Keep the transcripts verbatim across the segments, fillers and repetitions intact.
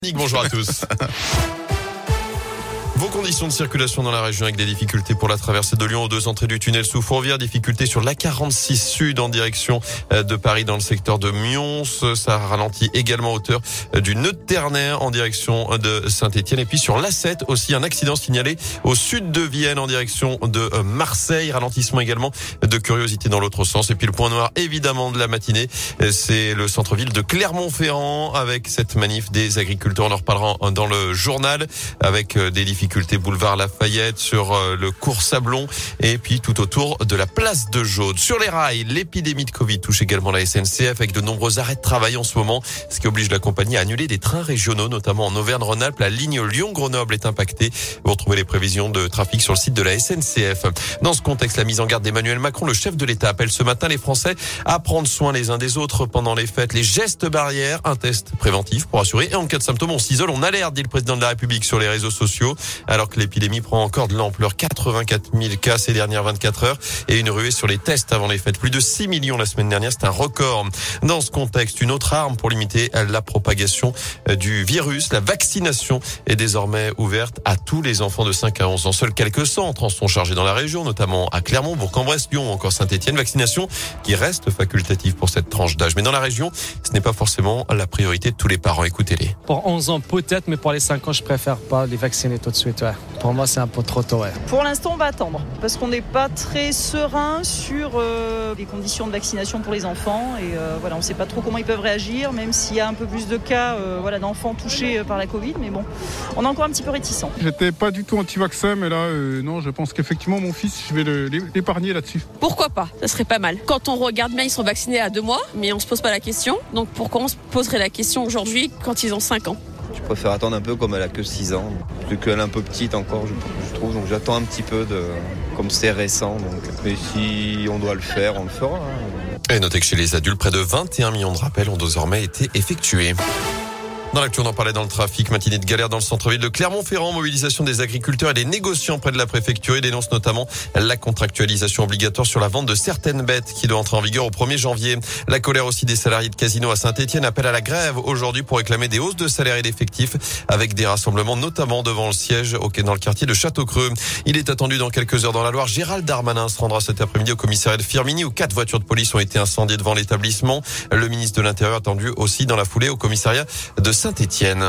Bonjour à tous. Vos conditions de circulation dans la région avec des difficultés pour la traversée de Lyon aux deux entrées du tunnel sous Fourvière, difficultés sur l'A quarante-six Sud en direction de Paris dans le secteur de Mions. Ça ralentit également à hauteur du nœud de Ternay en direction de Saint-Étienne. Et puis sur l'A sept aussi un accident signalé au sud de Vienne en direction de Marseille. Ralentissement également de curiosité dans l'autre sens. Et puis le point noir évidemment de la matinée, c'est le centre-ville de Clermont-Ferrand avec cette manif des agriculteurs. On en reparlera dans le journal avec des difficultés boulevard Lafayette, sur le cours Sablon et puis tout autour de la place de Jaude. Sur les rails, l'épidémie de Covid touche également la S N C F avec de nombreux arrêts de travail en ce moment, ce qui oblige la compagnie à annuler des trains régionaux, notamment en Auvergne-Rhône-Alpes. La ligne Lyon-Grenoble est impactée. Vous retrouvez les prévisions de trafic sur le site de la S N C F. Dans ce contexte, la mise en garde d'Emmanuel Macron, le chef de l'État, appelle ce matin les Français à prendre soin les uns des autres pendant les fêtes. Les gestes barrières, un test préventif pour assurer et en cas de symptômes, on s'isole, on alerte, dit le président de la République sur les réseaux sociaux. Alors que l'épidémie prend encore de l'ampleur, quatre-vingt-quatre mille cas ces dernières vingt-quatre heures et une ruée sur les tests avant les fêtes. Plus de six millions la semaine dernière, c'est un record. Dans ce contexte, une autre arme pour limiter la propagation du virus, la vaccination est désormais ouverte à tous les enfants de cinq à onze ans. Seuls quelques centres en sont chargés dans la région, notamment à Clermont, Bourg-en-Bresse, Lyon ou encore Saint-Étienne. Vaccination qui reste facultative pour cette tranche d'âge. Mais dans la région, ce n'est pas forcément la priorité de tous les parents. Écoutez-les. Pour onze ans peut-être, mais pour les cinq ans, je préfère pas les vacciner tout de suite. Ouais. Pour moi, c'est un peu trop tôt. Ouais. Pour l'instant, on va attendre parce qu'on n'est pas très serein sur euh, les conditions de vaccination pour les enfants et euh, voilà, on ne sait pas trop comment ils peuvent réagir, même s'il y a un peu plus de cas euh, voilà, d'enfants touchés par la Covid. Mais bon, on est encore un petit peu réticents. J'étais pas du tout anti-vaccin, mais là, euh, non, je pense qu'effectivement, mon fils, je vais le, l'épargner là-dessus. Pourquoi pas ? Ça serait pas mal. Quand on regarde bien, ils sont vaccinés à deux mois, mais on se pose pas la question. Donc pourquoi on se poserait la question aujourd'hui quand ils ont cinq ans ? Je préfère attendre un peu comme elle a que six ans. Vu qu'elle est un peu petite encore, je, je trouve. Donc j'attends un petit peu, de, comme c'est récent. Donc. Mais si on doit le faire, on le fera. Hein. Et notez que chez les adultes, près de vingt et un millions de rappels ont désormais été effectués. Dans l'actu, on en parlait dans le trafic. Matinée de galère dans le centre-ville de Clermont-Ferrand. Mobilisation des agriculteurs et des négociants près de la préfecture. Ils dénoncent notamment la contractualisation obligatoire sur la vente de certaines bêtes qui doit entrer en vigueur au premier janvier. La colère aussi des salariés de Casino à Saint-Étienne appelle à la grève aujourd'hui pour réclamer des hausses de salaire et d'effectifs avec des rassemblements notamment devant le siège dans le quartier de Château-Creux. Il est attendu dans quelques heures dans la Loire. Gérald Darmanin se rendra cet après-midi au commissariat de Firminy où quatre voitures de police ont été incendiées devant l'établissement. Le ministre de l'Intérieur attendu aussi dans la foulée au commissariat de Saint-Étienne.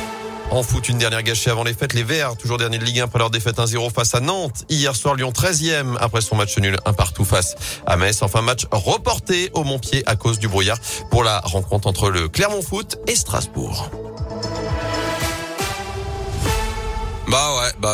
En foot, une dernière gâchée avant les fêtes. Les Verts, toujours dernier de Ligue un après leur défaite un zéro face à Nantes. Hier soir, Lyon treizième après son match nul un partout face à Metz. Enfin, match reporté au Montpied à cause du brouillard pour la rencontre entre le Clermont Foot et Strasbourg. Bah ouais, bah